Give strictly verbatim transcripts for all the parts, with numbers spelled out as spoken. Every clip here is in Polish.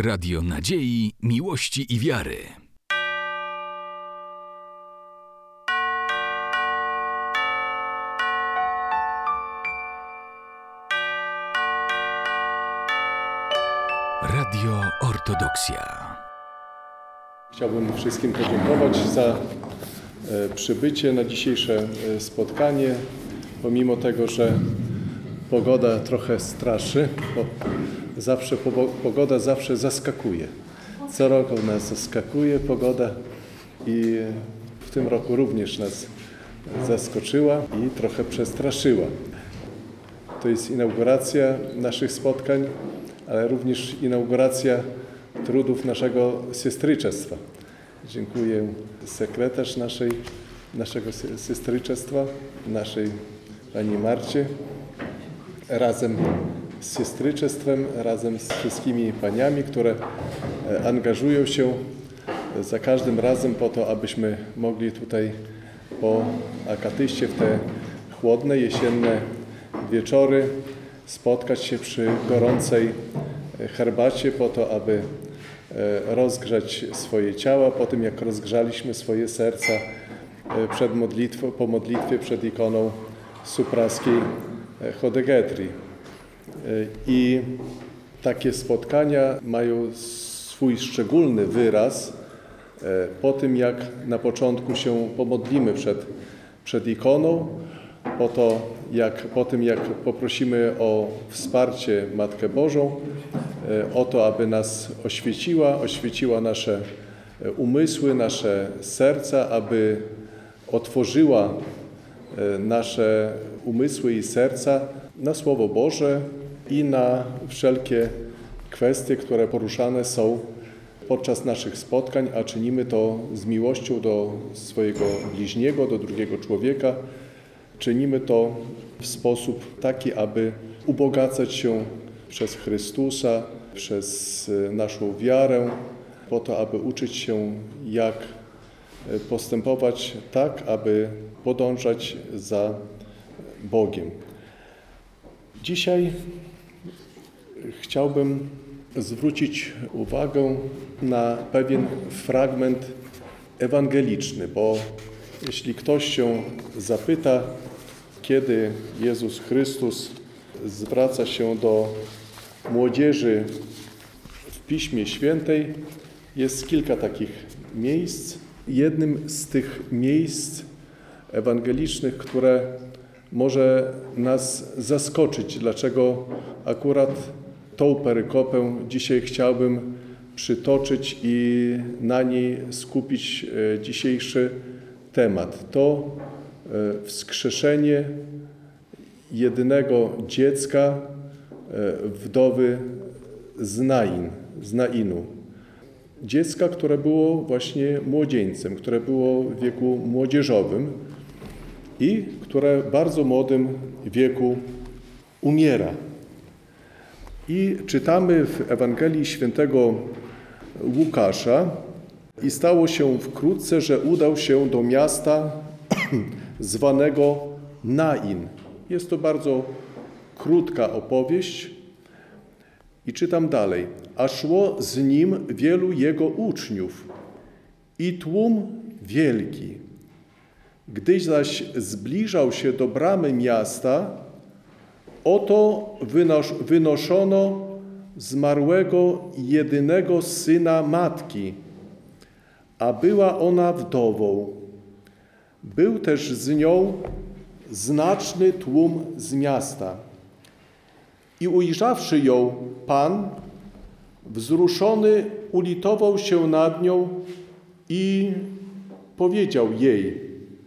Radio Nadziei, Miłości i Wiary. Radio Ortodoksja. Chciałbym wszystkim podziękować za e, przybycie na dzisiejsze e, spotkanie. Pomimo tego, że pogoda trochę straszy, bo zawsze po, pogoda zawsze zaskakuje. Co roku nas zaskakuje pogoda i w tym roku również nas zaskoczyła i trochę przestraszyła. To jest inauguracja naszych spotkań, ale również inauguracja trudów naszego siostryczestwa. Dziękuję sekretarz naszej, naszego siostryczestwa, naszej pani Marcie. Razem z siostryczestwem, razem z wszystkimi paniami, które angażują się za każdym razem po to, abyśmy mogli tutaj po akatyście w te chłodne, jesienne wieczory spotkać się przy gorącej herbacie po to, aby rozgrzać swoje ciała, po tym jak rozgrzaliśmy swoje serca przed modlitwą, po modlitwie przed ikoną supraskiej Chodegetrii. I takie spotkania mają swój szczególny wyraz po tym, jak na początku się pomodlimy przed, przed ikoną, po, to, jak, po tym, jak poprosimy o wsparcie Matkę Bożą, o to, aby nas oświeciła, oświeciła nasze umysły, nasze serca, aby otworzyła nasze umysły i serca na Słowo Boże i na wszelkie kwestie, które poruszane są podczas naszych spotkań, a czynimy to z miłością do swojego bliźniego, do drugiego człowieka. Czynimy to w sposób taki, aby ubogacać się przez Chrystusa, przez naszą wiarę, po to, aby uczyć się, jak postępować tak, aby podążać za Bogiem. Dzisiaj chciałbym zwrócić uwagę na pewien fragment ewangeliczny, bo jeśli ktoś się zapyta, kiedy Jezus Chrystus zwraca się do młodzieży w Piśmie Świętej, jest kilka takich miejsc. Jednym z tych miejsc ewangelicznych, które może nas zaskoczyć, dlaczego akurat tą perykopę dzisiaj chciałbym przytoczyć i na niej skupić dzisiejszy temat. To wskrzeszenie jedynego dziecka wdowy z Nain, z Nainu. Dziecka, które było właśnie młodzieńcem, które było w wieku młodzieżowym i które w bardzo młodym wieku umiera. I czytamy w Ewangelii Świętego Łukasza: i stało się wkrótce, że udał się do miasta zwanego Nain. Jest to bardzo krótka opowieść i czytam dalej. A szło z nim wielu jego uczniów i tłum wielki. Gdyś zaś zbliżał się do bramy miasta, oto wynos- wynoszono zmarłego jedynego syna matki, a była ona wdową. Był też z nią znaczny tłum z miasta. I ujrzawszy ją Pan, wzruszony, ulitował się nad nią i powiedział jej: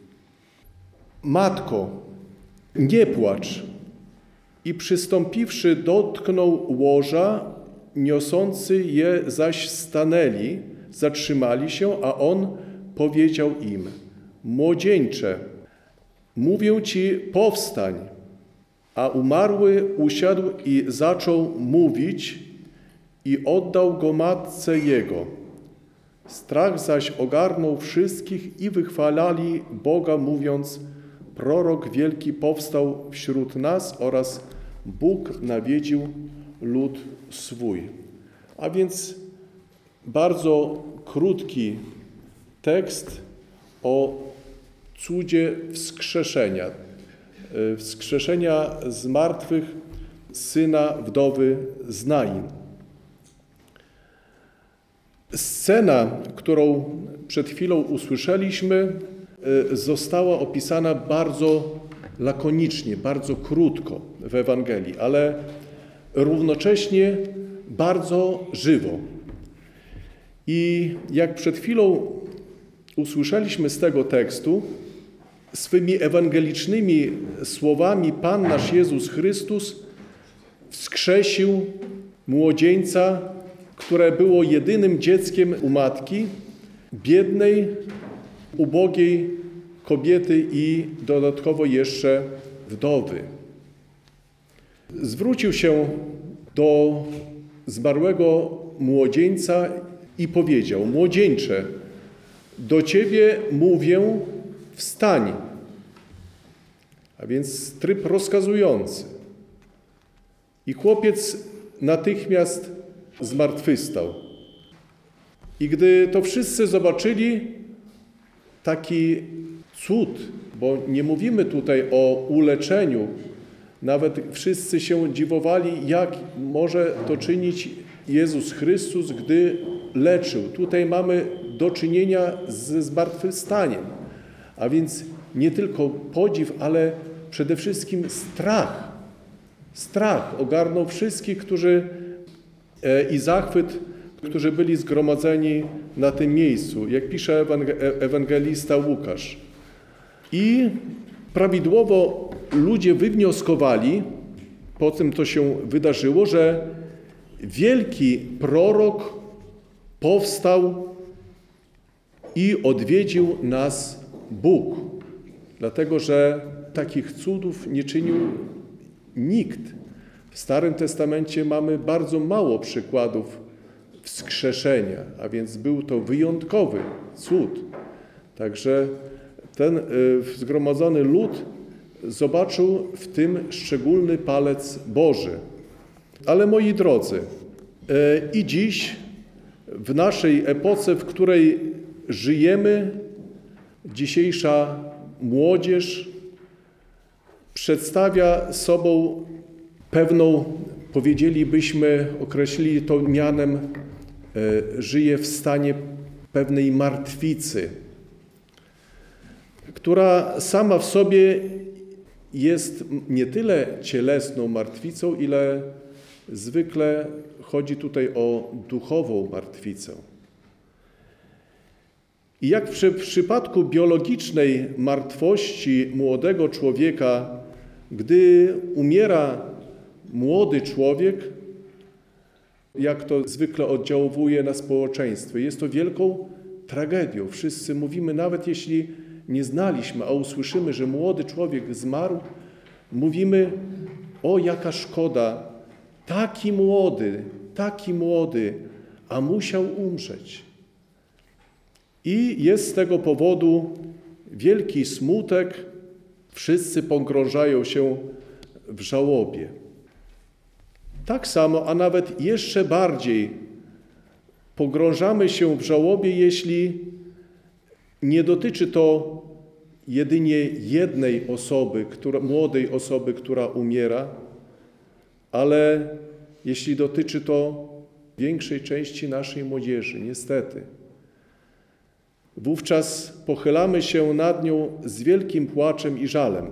Matko, nie płacz. I przystąpiwszy, dotknął łoża, niosący je zaś stanęli, zatrzymali się, a on powiedział im: Młodzieńcze, mówię ci, powstań. A umarły usiadł i zaczął mówić i oddał go matce jego. Strach zaś ogarnął wszystkich i wychwalali Boga, mówiąc: prorok wielki powstał wśród nas oraz Bóg nawiedził lud swój. A więc bardzo krótki tekst o cudzie wskrzeszenia. Wskrzeszenia z martwych syna wdowy z Nain. Scena, którą przed chwilą usłyszeliśmy, została opisana bardzo lakonicznie, bardzo krótko w Ewangelii, ale równocześnie bardzo żywo. I jak przed chwilą usłyszeliśmy z tego tekstu, swymi ewangelicznymi słowami Pan nasz Jezus Chrystus wskrzesił młodzieńca, które było jedynym dzieckiem u matki, biednej, ubogiej kobiety i dodatkowo jeszcze wdowy. Zwrócił się do zmarłego młodzieńca i powiedział: młodzieńcze, do ciebie mówię, wstań. A więc tryb rozkazujący. I chłopiec natychmiast zmartwychwstał. I gdy to wszyscy zobaczyli, taki cud, bo nie mówimy tutaj o uleczeniu, nawet wszyscy się dziwowali, jak może to czynić Jezus Chrystus, gdy leczył. Tutaj mamy do czynienia ze zmartwychwstaniem. A więc nie tylko podziw, ale przede wszystkim strach. Strach ogarnął wszystkich, którzy i zachwyt, którzy byli zgromadzeni na tym miejscu, jak pisze ewangelista Łukasz. I prawidłowo ludzie wywnioskowali, po tym to się wydarzyło, że wielki prorok powstał i odwiedził nas Bóg. Dlatego, że takich cudów nie czynił nikt. W Starym Testamencie mamy bardzo mało przykładów wskrzeszenia, a więc był to wyjątkowy cud. Także ten zgromadzony lud zobaczył w tym szczególny palec Boży. Ale moi drodzy, i dziś, w naszej epoce, w której żyjemy, dzisiejsza młodzież przedstawia sobą pewną, powiedzielibyśmy, określili to mianem, żyje w stanie pewnej martwicy, która sama w sobie jest nie tyle cielesną martwicą, ile zwykle chodzi tutaj o duchową martwicę. I jak w przypadku biologicznej martwości młodego człowieka, gdy umiera młody człowiek, jak to zwykle oddziałuje na społeczeństwo. Jest to wielką tragedią. Wszyscy mówimy, nawet jeśli nie znaliśmy, a usłyszymy, że młody człowiek zmarł, mówimy: o, jaka szkoda, taki młody, taki młody, a musiał umrzeć. I jest z tego powodu wielki smutek, wszyscy pogrążają się w żałobie. Tak samo, a nawet jeszcze bardziej pogrążamy się w żałobie, jeśli nie dotyczy to jedynie jednej osoby, która, młodej osoby, która umiera, ale jeśli dotyczy to większej części naszej młodzieży, niestety. Wówczas pochylamy się nad nią z wielkim płaczem i żalem.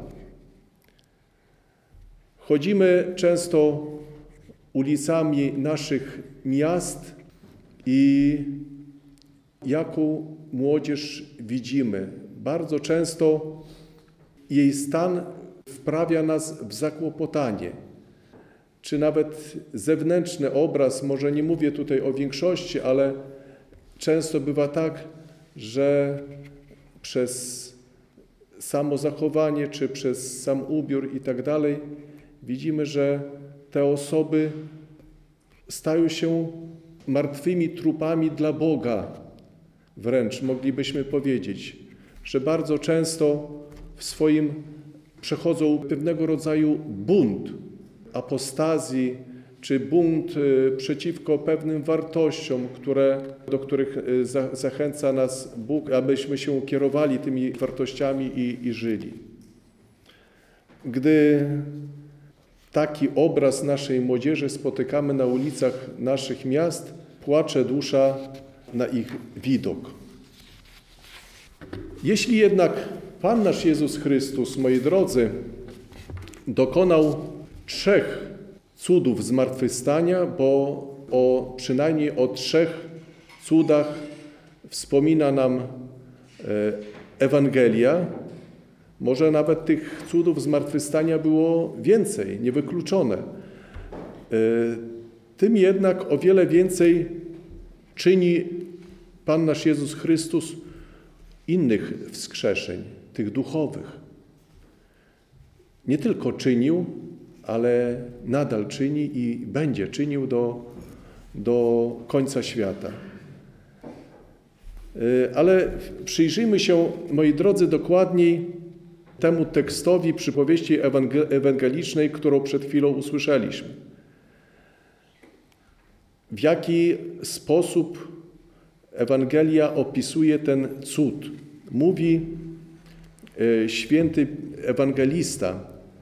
Chodzimy często ulicami naszych miast i jaką młodzież widzimy. Bardzo często jej stan wprawia nas w zakłopotanie. Czy nawet zewnętrzny obraz, może nie mówię tutaj o większości, ale często bywa tak, że przez samo zachowanie, czy przez sam ubiór i tak dalej, widzimy, że te osoby stają się martwymi trupami dla Boga. Wręcz moglibyśmy powiedzieć, że bardzo często w swoim przechodzą pewnego rodzaju bunt, apostazji, czy bunt przeciwko pewnym wartościom, które, do których za, zachęca nas Bóg, abyśmy się kierowali tymi wartościami i, i żyli. Gdy taki obraz naszej młodzieży spotykamy na ulicach naszych miast, płacze dusza na ich widok. Jeśli jednak Pan nasz Jezus Chrystus, moi drodzy, dokonał trzech cudów zmartwychwstania, bo o, przynajmniej o trzech cudach wspomina nam Ewangelia. Może nawet tych cudów zmartwychwstania było więcej, niewykluczone. Tym jednak o wiele więcej czyni Pan nasz Jezus Chrystus innych wskrzeszeń, tych duchowych. Nie tylko czynił, ale nadal czyni i będzie czynił do, do końca świata. Ale przyjrzyjmy się, moi drodzy, dokładniej temu tekstowi przypowieści ewangelicznej, którą przed chwilą usłyszeliśmy. W jaki sposób Ewangelia opisuje ten cud? Mówi święty ewangelista,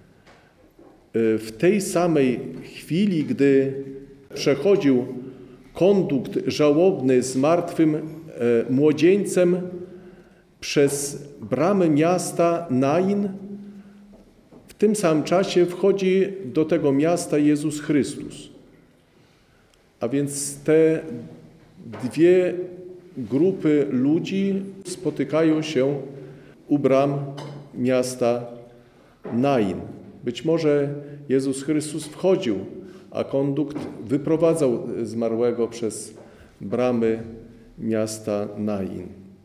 w tej samej chwili, gdy przechodził kondukt żałobny z martwym młodzieńcem przez bramy miasta Nain, w tym samym czasie wchodzi do tego miasta Jezus Chrystus. A więc te dwie grupy ludzi spotykają się u bram miasta Nain. Być może Jezus Chrystus wchodził, a kondukt wyprowadzał zmarłego przez bramy miasta Nain.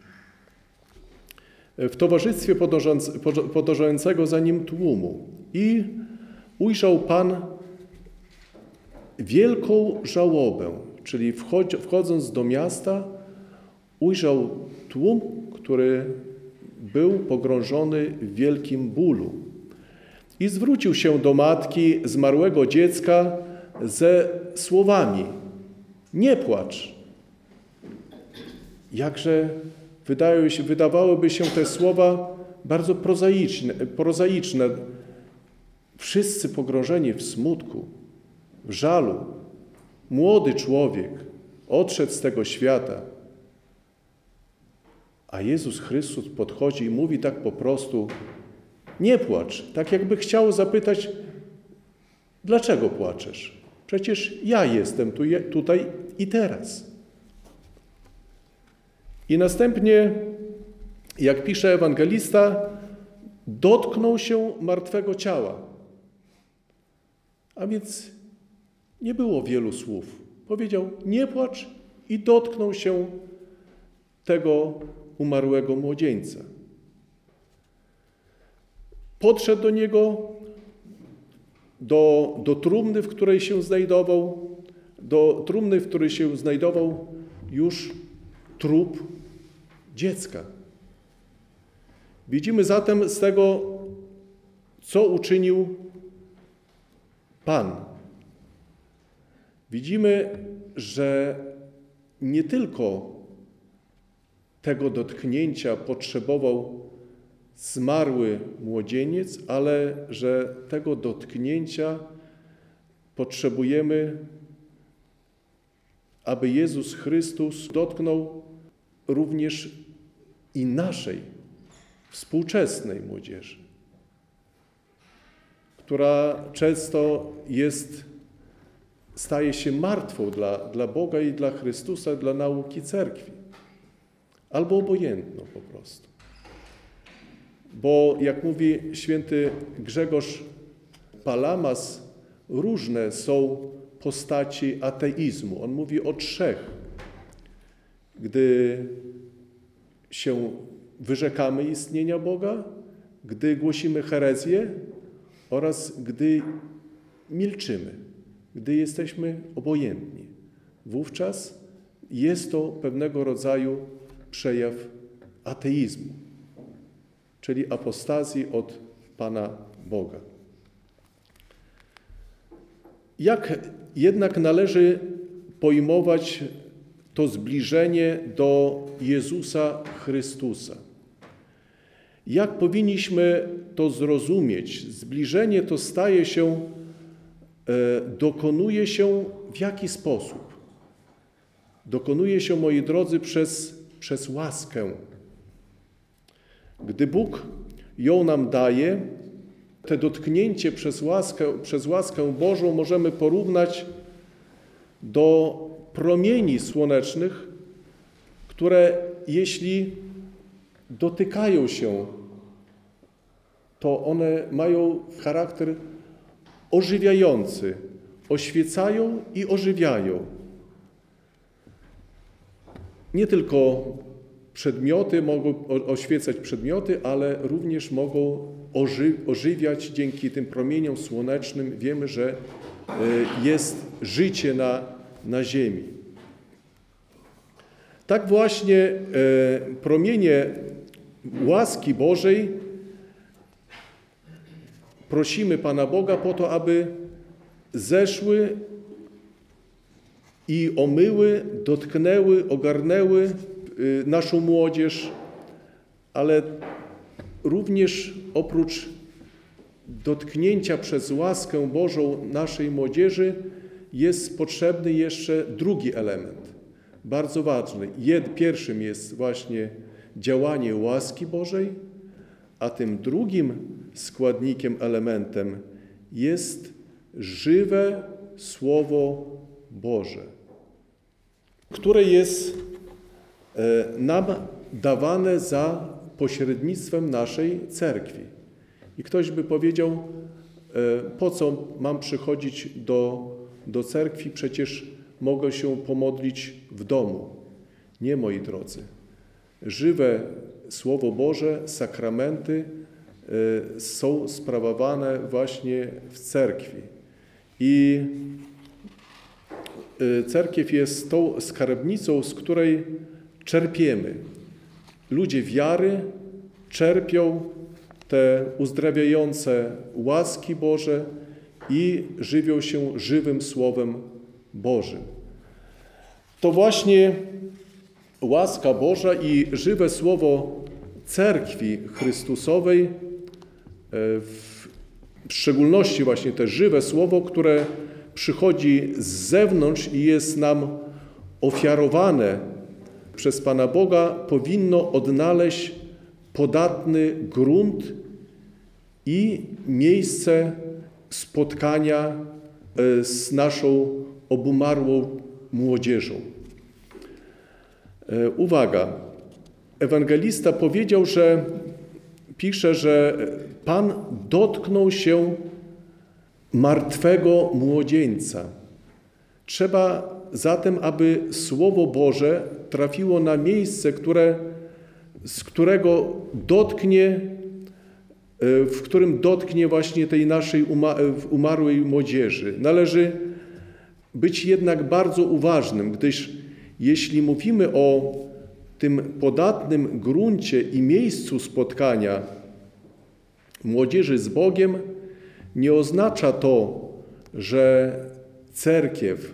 W towarzystwie podążającego za nim tłumu. I ujrzał Pan wielką żałobę, czyli wchodząc do miasta, ujrzał tłum, który był pogrążony w wielkim bólu. I zwrócił się do matki zmarłego dziecka ze słowami: nie płacz. Jakże wydają się, wydawałyby się te słowa bardzo prozaiczne, prozaiczne. Wszyscy pogrążeni w smutku, w żalu. Młody człowiek odszedł z tego świata. A Jezus Chrystus podchodzi i mówi tak po prostu: nie płacz. Tak jakby chciał zapytać: dlaczego płaczesz? Przecież ja jestem tu, tutaj i teraz. I następnie, jak pisze ewangelista, dotknął się martwego ciała. A więc nie było wielu słów. Powiedział: nie płacz, i dotknął się tego umarłego młodzieńca. Podszedł do niego, do, do trumny, w której się znajdował, do trumny, w której się znajdował już trup dziecka. Widzimy zatem z tego, co uczynił Pan. Widzimy, że nie tylko tego dotknięcia potrzebował zmarły młodzieniec, ale że tego dotknięcia potrzebujemy, aby Jezus Chrystus dotknął również i naszej współczesnej młodzieży, która często jest, staje się martwą dla, dla Boga i dla Chrystusa, dla nauki Cerkwi, albo obojętną po prostu. Bo jak mówi święty Grzegorz Palamas, różne są postaci ateizmu. On mówi o trzech. Gdy się wyrzekamy istnienia Boga, gdy głosimy herezję oraz gdy milczymy, gdy jesteśmy obojętni. Wówczas jest to pewnego rodzaju przejaw ateizmu, czyli apostazji od Pana Boga. Jak jednak należy pojmować to zbliżenie do Jezusa Chrystusa? Jak powinniśmy to zrozumieć? Zbliżenie to staje się, dokonuje się w jaki sposób? Dokonuje się, moi drodzy, przez, przez łaskę. Gdy Bóg ją nam daje, to dotknięcie przez łaskę, przez łaskę Bożą możemy porównać do promieni słonecznych, które jeśli dotykają się, to one mają charakter ożywiający, oświecają i ożywiają. Nie tylko przedmioty mogą oświecać przedmioty, ale również mogą oży, ożywiać dzięki tym promieniom słonecznym. Wiemy, że jest życie na, na ziemi. Tak właśnie promienie łaski Bożej prosimy Pana Boga po to, aby zeszły i omyły, dotknęły, ogarnęły naszą młodzież, ale również oprócz dotknięcia przez łaskę Bożą naszej młodzieży jest potrzebny jeszcze drugi element, bardzo ważny. Pierwszym jest właśnie działanie łaski Bożej, a tym drugim składnikiem, elementem jest żywe Słowo Boże, które jest nam dawane za pośrednictwem naszej cerkwi. I ktoś by powiedział, po co mam przychodzić do, do cerkwi, przecież mogę się pomodlić w domu. Nie, moi drodzy. Żywe Słowo Boże, sakramenty są sprawowane właśnie w cerkwi. I cerkiew jest tą skarbnicą, z której czerpiemy. Ludzie wiary czerpią te uzdrawiające łaski Boże i żywią się żywym Słowem Bożym. To właśnie łaska Boża i żywe Słowo Cerkwi Chrystusowej, w szczególności właśnie te żywe Słowo, które przychodzi z zewnątrz i jest nam ofiarowane przez Pana Boga, powinno odnaleźć podatny grunt i miejsce spotkania z naszą obumarłą młodzieżą. Uwaga, ewangelista powiedział, że pisze, że Pan dotknął się martwego młodzieńca. Trzeba zatem, aby Słowo Boże trafiło na miejsce, które, z którego dotknie, w którym dotknie właśnie tej naszej umarłej młodzieży. Należy być jednak bardzo uważnym, gdyż jeśli mówimy o tym podatnym gruncie i miejscu spotkania młodzieży z Bogiem, nie oznacza to, że cerkiew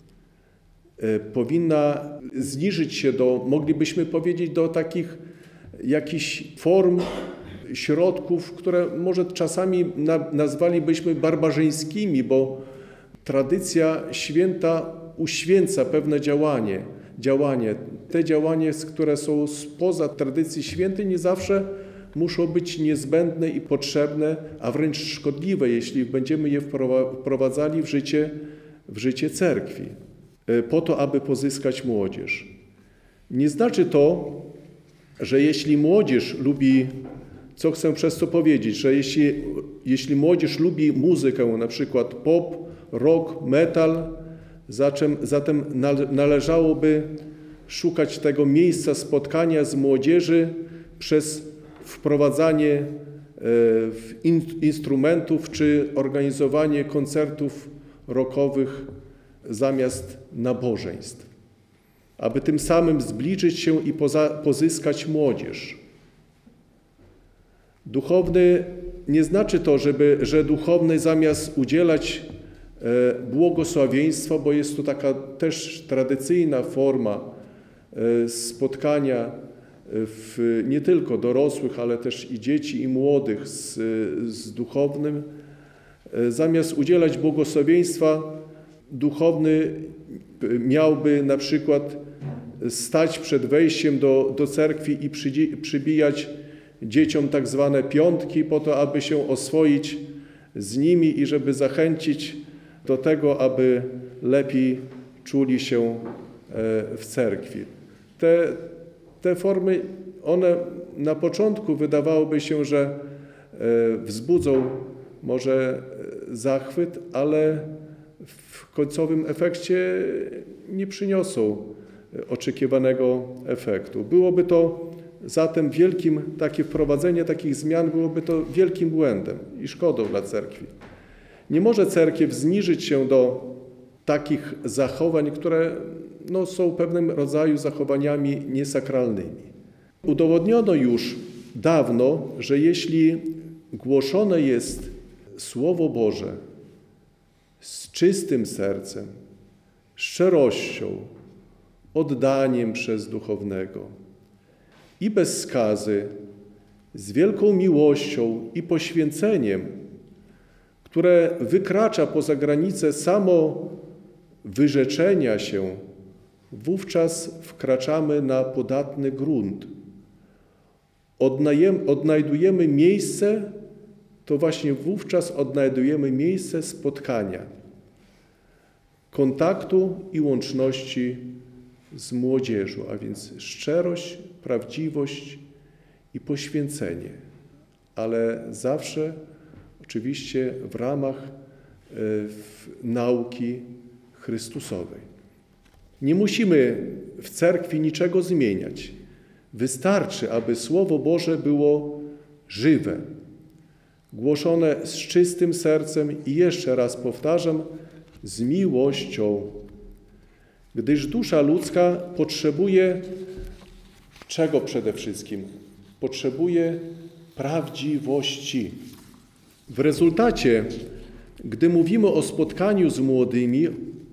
powinna zniżyć się do, moglibyśmy powiedzieć, do takich jakichś form, środków, które może czasami nazwalibyśmy barbarzyńskimi, bo tradycja święta uświęca pewne działanie. działanie. Te działania, które są spoza tradycji świętej, nie zawsze muszą być niezbędne i potrzebne, a wręcz szkodliwe, jeśli będziemy je wprowadzali w życie, w życie cerkwi, po to, aby pozyskać młodzież. Nie znaczy to, że jeśli młodzież lubi, co chcę przez to powiedzieć, że jeśli, jeśli młodzież lubi muzykę, na przykład pop, rock, metal, zatem, zatem należałoby szukać tego miejsca spotkania z młodzieży przez wprowadzanie instrumentów czy organizowanie koncertów rockowych zamiast nabożeństw, aby tym samym zbliżyć się i poza, pozyskać młodzież. Duchowny nie znaczy to, żeby, że duchowny zamiast udzielać błogosławieństwa, bo jest to taka też tradycyjna forma spotkania w, nie tylko dorosłych, ale też i dzieci, i młodych z, z duchownym. Zamiast udzielać błogosławieństwa, duchowny miałby na przykład stać przed wejściem do, do cerkwi i przy, przybijać dzieciom tak zwane piątki po to, aby się oswoić z nimi i żeby zachęcić do tego, aby lepiej czuli się w cerkwi. Te, te formy, one na początku wydawałoby się, że wzbudzą może zachwyt, ale w końcowym efekcie nie przyniosą oczekiwanego efektu. Byłoby to zatem wielkim, takie wprowadzenie takich zmian byłoby to wielkim błędem i szkodą dla cerkwi. Nie może cerkiew zniżyć się do takich zachowań, które no, są pewnym rodzaju zachowaniami niesakralnymi. Udowodniono już dawno, że jeśli głoszone jest Słowo Boże z czystym sercem, szczerością, oddaniem przez duchownego i bez skazy, z wielką miłością i poświęceniem, które wykracza poza granice samo wyrzeczenia się, wówczas wkraczamy na podatny grunt. Odnajem, odnajdujemy miejsce, to właśnie wówczas odnajdujemy miejsce spotkania, kontaktu i łączności z młodzieżą, a więc szczerość, prawdziwość i poświęcenie, ale zawsze oczywiście w ramach w nauki Chrystusowej. Nie musimy w cerkwi niczego zmieniać. Wystarczy, aby Słowo Boże było żywe, głoszone z czystym sercem i jeszcze raz powtarzam, z miłością. Gdyż dusza ludzka potrzebuje czego przede wszystkim? Potrzebuje prawdziwości. W rezultacie, gdy mówimy o spotkaniu z młodymi,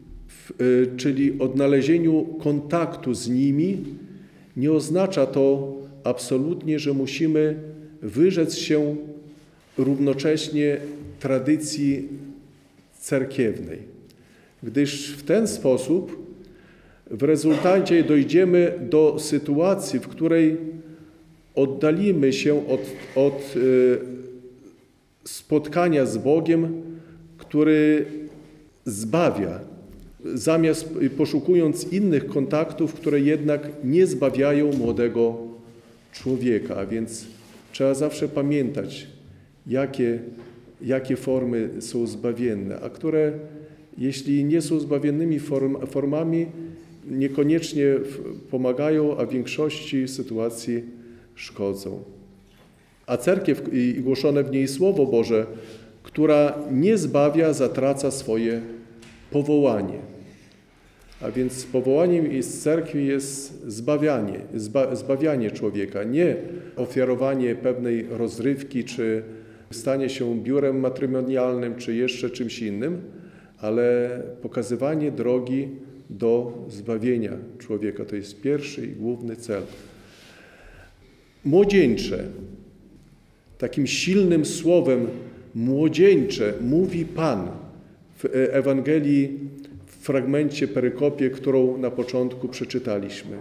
czyli odnalezieniu kontaktu z nimi, nie oznacza to absolutnie, że musimy wyrzec się równocześnie tradycji cerkiewnej, gdyż w ten sposób w rezultacie dojdziemy do sytuacji, w której oddalimy się od, od spotkania z Bogiem, który zbawia, zamiast poszukując innych kontaktów, które jednak nie zbawiają młodego człowieka. A więc trzeba zawsze pamiętać, jakie, jakie formy są zbawienne, a które, jeśli nie są zbawiennymi form, formami, niekoniecznie pomagają, a w większości sytuacji szkodzą. A cerkiew i głoszone w niej Słowo Boże, która nie zbawia, zatraca swoje powołanie. A więc powołaniem z cerkwi jest zbawianie, zba, zbawianie człowieka, nie ofiarowanie pewnej rozrywki, czy stanie się biurem matrymonialnym, czy jeszcze czymś innym, ale pokazywanie drogi do zbawienia człowieka. To jest pierwszy i główny cel. Młodzieńcze. Takim silnym słowem młodzieńcze mówi Pan w Ewangelii, w fragmencie, perykopie, którą na początku przeczytaliśmy.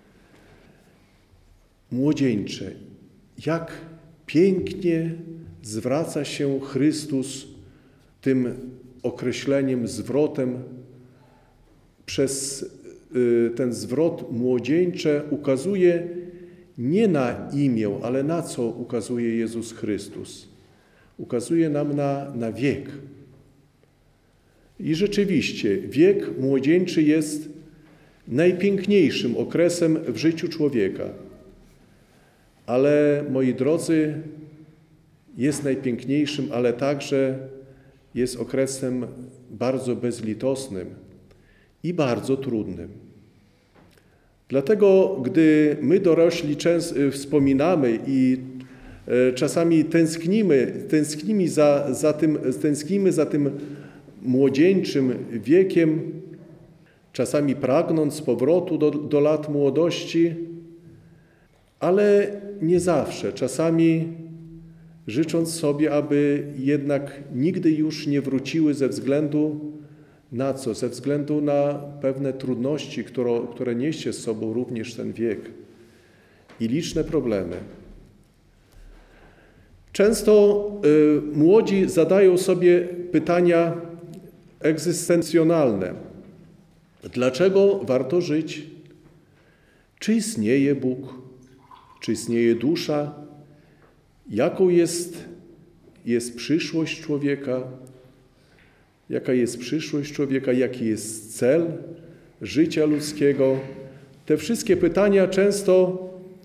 Młodzieńcze. Jak pięknie zwraca się Chrystus tym określeniem, zwrotem. Przez ten zwrot młodzieńcze ukazuje nie na imię, ale na co ukazuje Jezus Chrystus. Ukazuje nam na, na wiek. I rzeczywiście wiek młodzieńczy jest najpiękniejszym okresem w życiu człowieka. Ale, moi drodzy, jest najpiękniejszym, ale także jest okresem bardzo bezlitosnym i bardzo trudnym. Dlatego, gdy my dorośli często wspominamy i czasami tęsknimy, tęsknimy za, za tym, tęsknimy za tym młodzieńczym wiekiem, czasami pragnąc powrotu do, do lat młodości, ale nie zawsze. Czasami życząc sobie, aby jednak nigdy już nie wróciły ze względu na co? Ze względu na pewne trudności, które, które niesie z sobą również ten wiek i liczne problemy. Często y, młodzi zadają sobie pytania egzystencjonalne. Dlaczego warto żyć? Czy istnieje Bóg? Czy istnieje dusza? Jaką jest, jest przyszłość człowieka? Jaka jest przyszłość człowieka? Jaki jest cel życia ludzkiego? Te wszystkie pytania często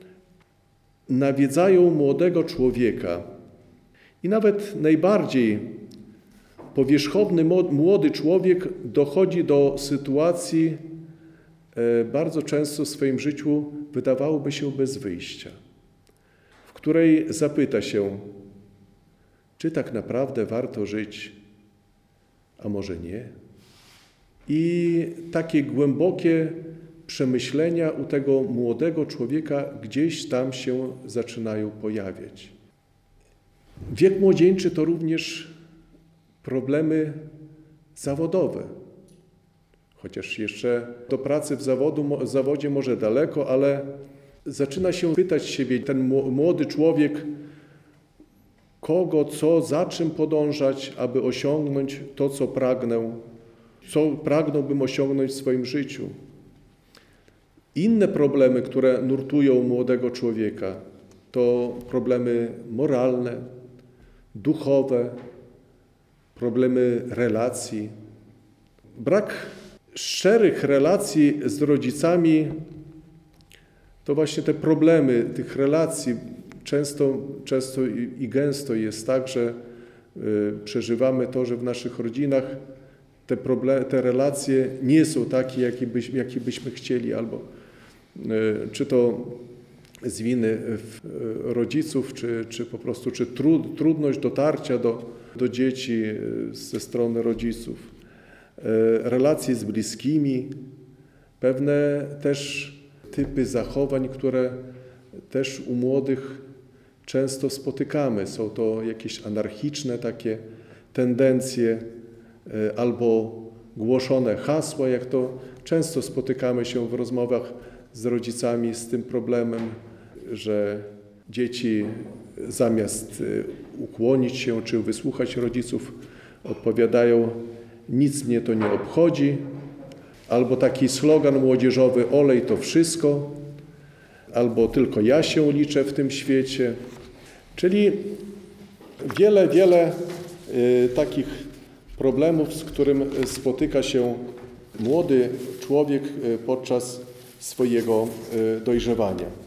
nawiedzają młodego człowieka. I nawet najbardziej powierzchowny młody człowiek dochodzi do sytuacji bardzo często w swoim życiu, wydawałoby się bez wyjścia, w której zapyta się, czy tak naprawdę warto żyć, a może nie? I takie głębokie przemyślenia u tego młodego człowieka gdzieś tam się zaczynają pojawiać. Wiek młodzieńczy to również problemy zawodowe. Chociaż jeszcze do pracy w zawodu, zawodzie może daleko, ale zaczyna się pytać siebie ten młody człowiek, kogo, co, za czym podążać, aby osiągnąć to, co pragnę, co pragnąłbym osiągnąć w swoim życiu. Inne problemy, które nurtują młodego człowieka, to problemy moralne, duchowe, problemy relacji. Brak szczerych relacji z rodzicami to właśnie te problemy tych relacji często, często i, i gęsto jest tak, że y, przeżywamy to, że w naszych rodzinach te, problemy, te relacje nie są takie, jakie, byś, jakie byśmy chcieli, albo y, czy to z winy rodziców, czy, czy po prostu czy trud, trudność dotarcia do, do dzieci ze strony rodziców, relacje z bliskimi, pewne też typy zachowań, które też u młodych często spotykamy. Są to jakieś anarchiczne takie tendencje albo głoszone hasła, jak to często spotykamy się w rozmowach z rodzicami z tym problemem, że dzieci zamiast ukłonić się czy wysłuchać rodziców odpowiadają: nic mnie to nie obchodzi, albo taki slogan młodzieżowy: olej to wszystko, albo tylko ja się liczę w tym świecie. Czyli wiele, wiele y, takich problemów, z którym spotyka się młody człowiek y, podczas swojego y, dojrzewania.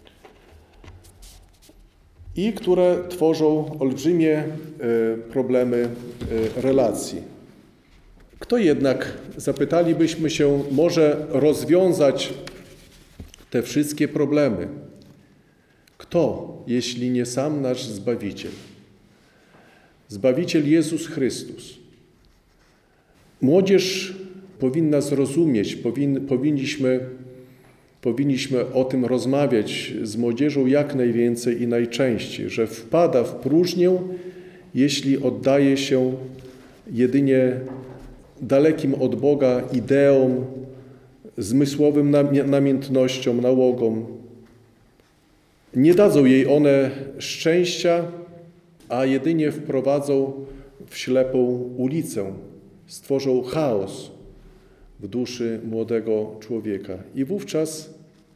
I które tworzą olbrzymie y, problemy y, relacji. Kto jednak, zapytalibyśmy się, może rozwiązać te wszystkie problemy? Kto, jeśli nie sam nasz Zbawiciel? Zbawiciel Jezus Chrystus. Młodzież powinna zrozumieć, powin, powinniśmy, powinniśmy o tym rozmawiać z młodzieżą jak najwięcej i najczęściej, że wpada w próżnię, jeśli oddaje się jedynie dalekim od Boga ideom, zmysłowym namiętnościom, nałogom. Nie dadzą jej one szczęścia, a jedynie wprowadzą w ślepą ulicę, stworzą chaos w duszy młodego człowieka. I wówczas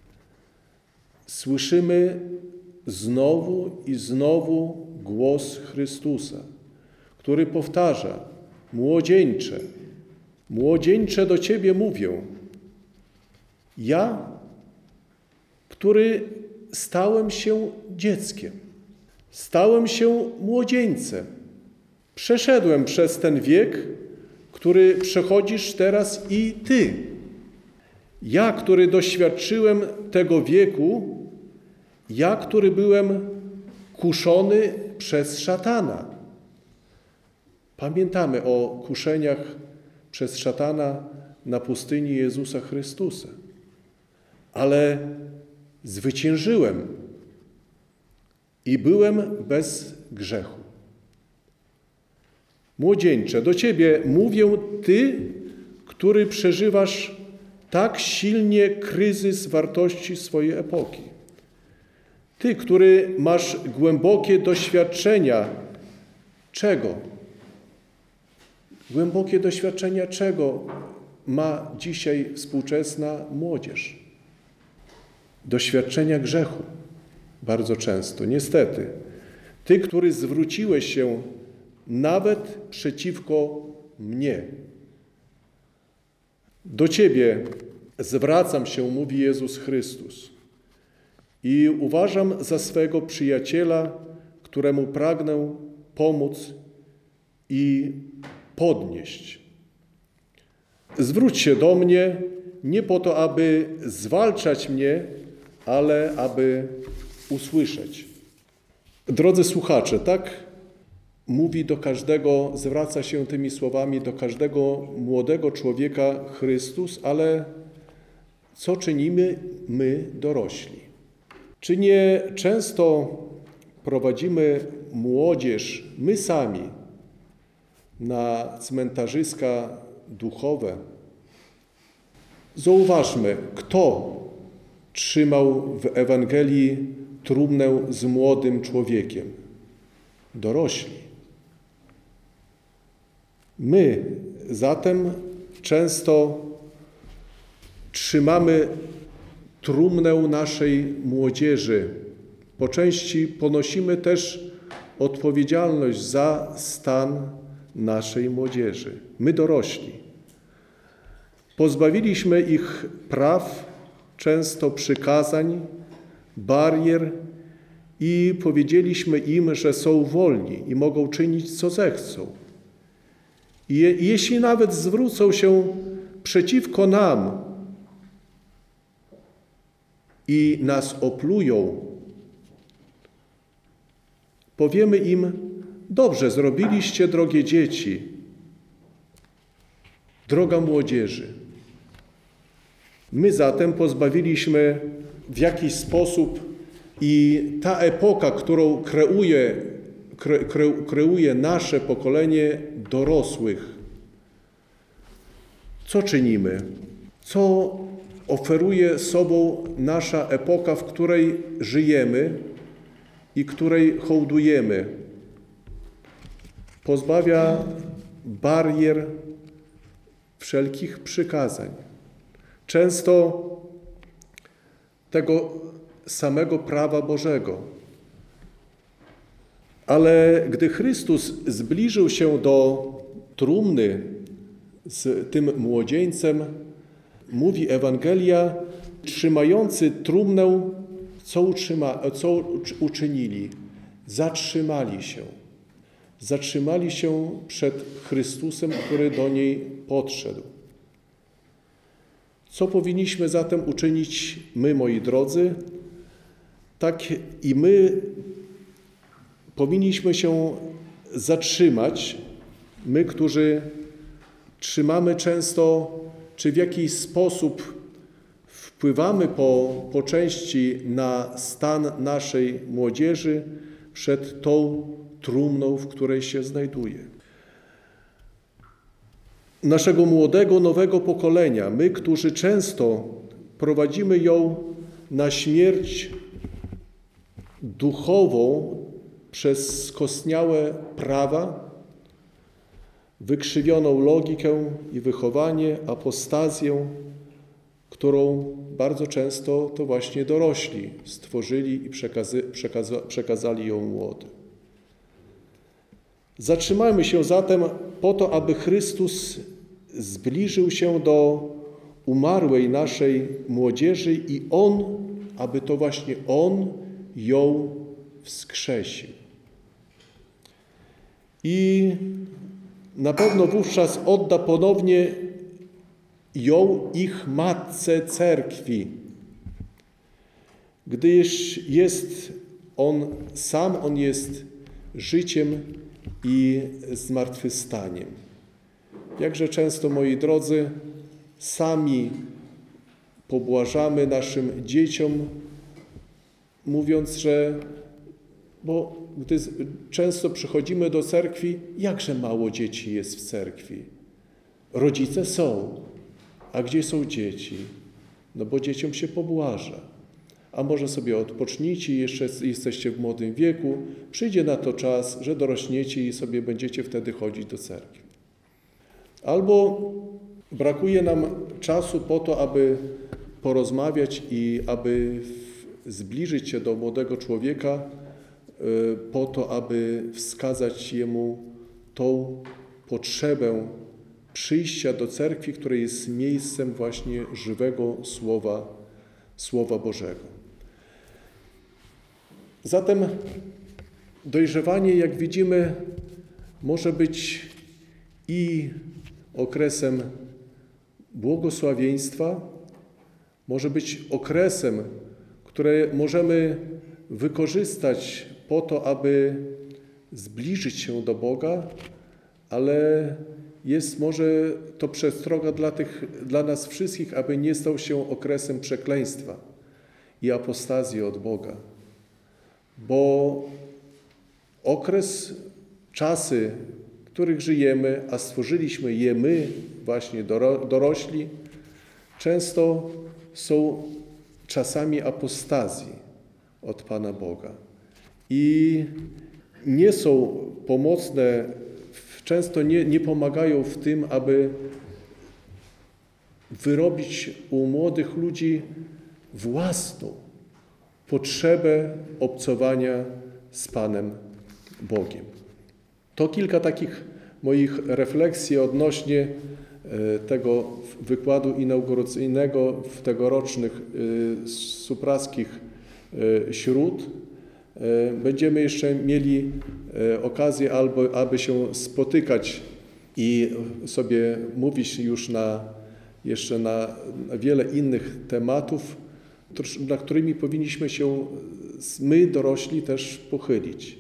słyszymy znowu i znowu głos Chrystusa, który powtarza: młodzieńcze, młodzieńcze do Ciebie mówię. Ja, który stałem się dzieckiem, stałem się młodzieńcem, przeszedłem przez ten wiek, który przechodzisz teraz i Ty. Ja, który doświadczyłem tego wieku, ja, który byłem kuszony przez szatana. Pamiętamy o kuszeniach przez szatana na pustyni Jezusa Chrystusa. Ale zwyciężyłem i byłem bez grzechu. Młodzieńcze, do Ciebie mówię Ty, który przeżywasz tak silnie kryzys wartości swojej epoki. Ty, który masz głębokie doświadczenia czego? Głębokie doświadczenia czego ma dzisiaj współczesna młodzież? Doświadczenia grzechu. Bardzo często, niestety. Ty, który zwróciłeś się nawet przeciwko mnie. Do Ciebie zwracam się, mówi Jezus Chrystus, i uważam za swego przyjaciela, któremu pragnę pomóc i podnieść. Zwróć się do mnie nie po to, aby zwalczać mnie, ale aby usłyszeć. Drodzy słuchacze, tak mówi do każdego, zwraca się tymi słowami do każdego młodego człowieka Chrystus, ale co czynimy my dorośli? Czy nie często prowadzimy młodzież, my sami, na cmentarzyska duchowe? Zauważmy, kto trzymał w Ewangelii trumnę z młodym człowiekiem? Dorośli. My zatem często trzymamy trumnę naszej młodzieży. Po części ponosimy też odpowiedzialność za stan naszej młodzieży. My dorośli. Pozbawiliśmy ich praw, często przykazań, barier i powiedzieliśmy im, że są wolni i mogą czynić, co zechcą. I je, jeśli nawet zwrócą się przeciwko nam i nas oplują, powiemy im: dobrze zrobiliście, drogie dzieci, droga młodzieży. My zatem pozbawiliśmy w jakiś sposób i ta epoka, którą kreuje, kre, kre, kreuje nasze pokolenie dorosłych. Co czynimy? Co oferuje sobą nasza epoka, w której żyjemy i której hołdujemy? Pozbawia barier wszelkich przykazań. Często tego samego prawa Bożego. Ale gdy Chrystus zbliżył się do trumny z tym młodzieńcem, mówi Ewangelia, trzymający trumnę, co, utrzyma, co uczynili? Zatrzymali się. Zatrzymali się przed Chrystusem, który do niej podszedł. Co powinniśmy zatem uczynić my, moi drodzy? Tak i my powinniśmy się zatrzymać, my, którzy trzymamy często, czy w jakiś sposób wpływamy po, po części na stan naszej młodzieży przed tą trumną, w której się znajduje. Naszego młodego, nowego pokolenia, my, którzy często prowadzimy ją na śmierć duchową przez skostniałe prawa, wykrzywioną logikę i wychowanie, apostazję, którą bardzo często to właśnie dorośli stworzyli i przekazy, przekaza, przekazali ją młodym. Zatrzymajmy się zatem po to, aby Chrystus zbliżył się do umarłej naszej młodzieży i On, aby to właśnie On ją wskrzesił. I na pewno wówczas odda ponownie ją ich Matce Cerkwi, gdyż jest On sam, On jest życiem i zmartwychwstaniem. Jakże często, moi drodzy, sami pobłażamy naszym dzieciom, mówiąc, że bo gdy często przychodzimy do cerkwi, jakże mało dzieci jest w cerkwi. Rodzice są, a gdzie są dzieci? No bo dzieciom się pobłaża. A może sobie odpocznijcie, jeszcze jesteście w młodym wieku, przyjdzie na to czas, że dorośniecie i sobie będziecie wtedy chodzić do cerkwi. Albo brakuje nam czasu po to, aby porozmawiać i aby zbliżyć się do młodego człowieka, po to, aby wskazać jemu tą potrzebę przyjścia do cerkwi, które jest miejscem właśnie żywego Słowa, Słowa Bożego. Zatem dojrzewanie, jak widzimy, może być i okresem błogosławieństwa, może być okresem, który możemy wykorzystać po to, aby zbliżyć się do Boga, ale jest może to przestroga dla, tych, dla nas wszystkich, aby nie stał się okresem przekleństwa i apostazji od Boga. Bo okres, czasy, w których żyjemy, a stworzyliśmy je my, właśnie dorośli, często są czasami apostazji od Pana Boga. I nie są pomocne, często nie, nie pomagają w tym, aby wyrobić u młodych ludzi własną potrzebę obcowania z Panem Bogiem. To kilka takich moich refleksji odnośnie tego wykładu inauguracyjnego w tegorocznych supraskich śród. Będziemy jeszcze mieli okazję albo aby się spotykać i sobie mówić już na, jeszcze na wiele innych tematów, nad którymi powinniśmy się my, dorośli, też pochylić.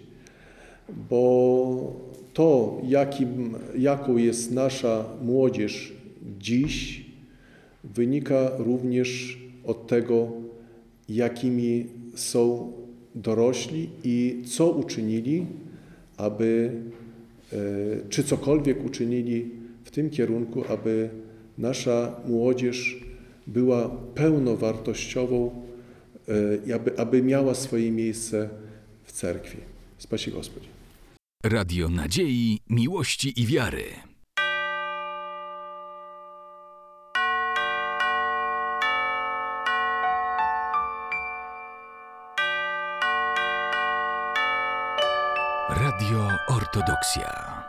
Bo to, jakim, jaką jest nasza młodzież dziś, wynika również od tego, jakimi są dorośli i co uczynili, aby, czy cokolwiek uczynili w tym kierunku, aby nasza młodzież była pełnowartościową i aby, aby miała swoje miejsce w cerkwi. Spasi Gospodzie. Radio Nadziei, Miłości i Wiary. Radio Ortodoksja.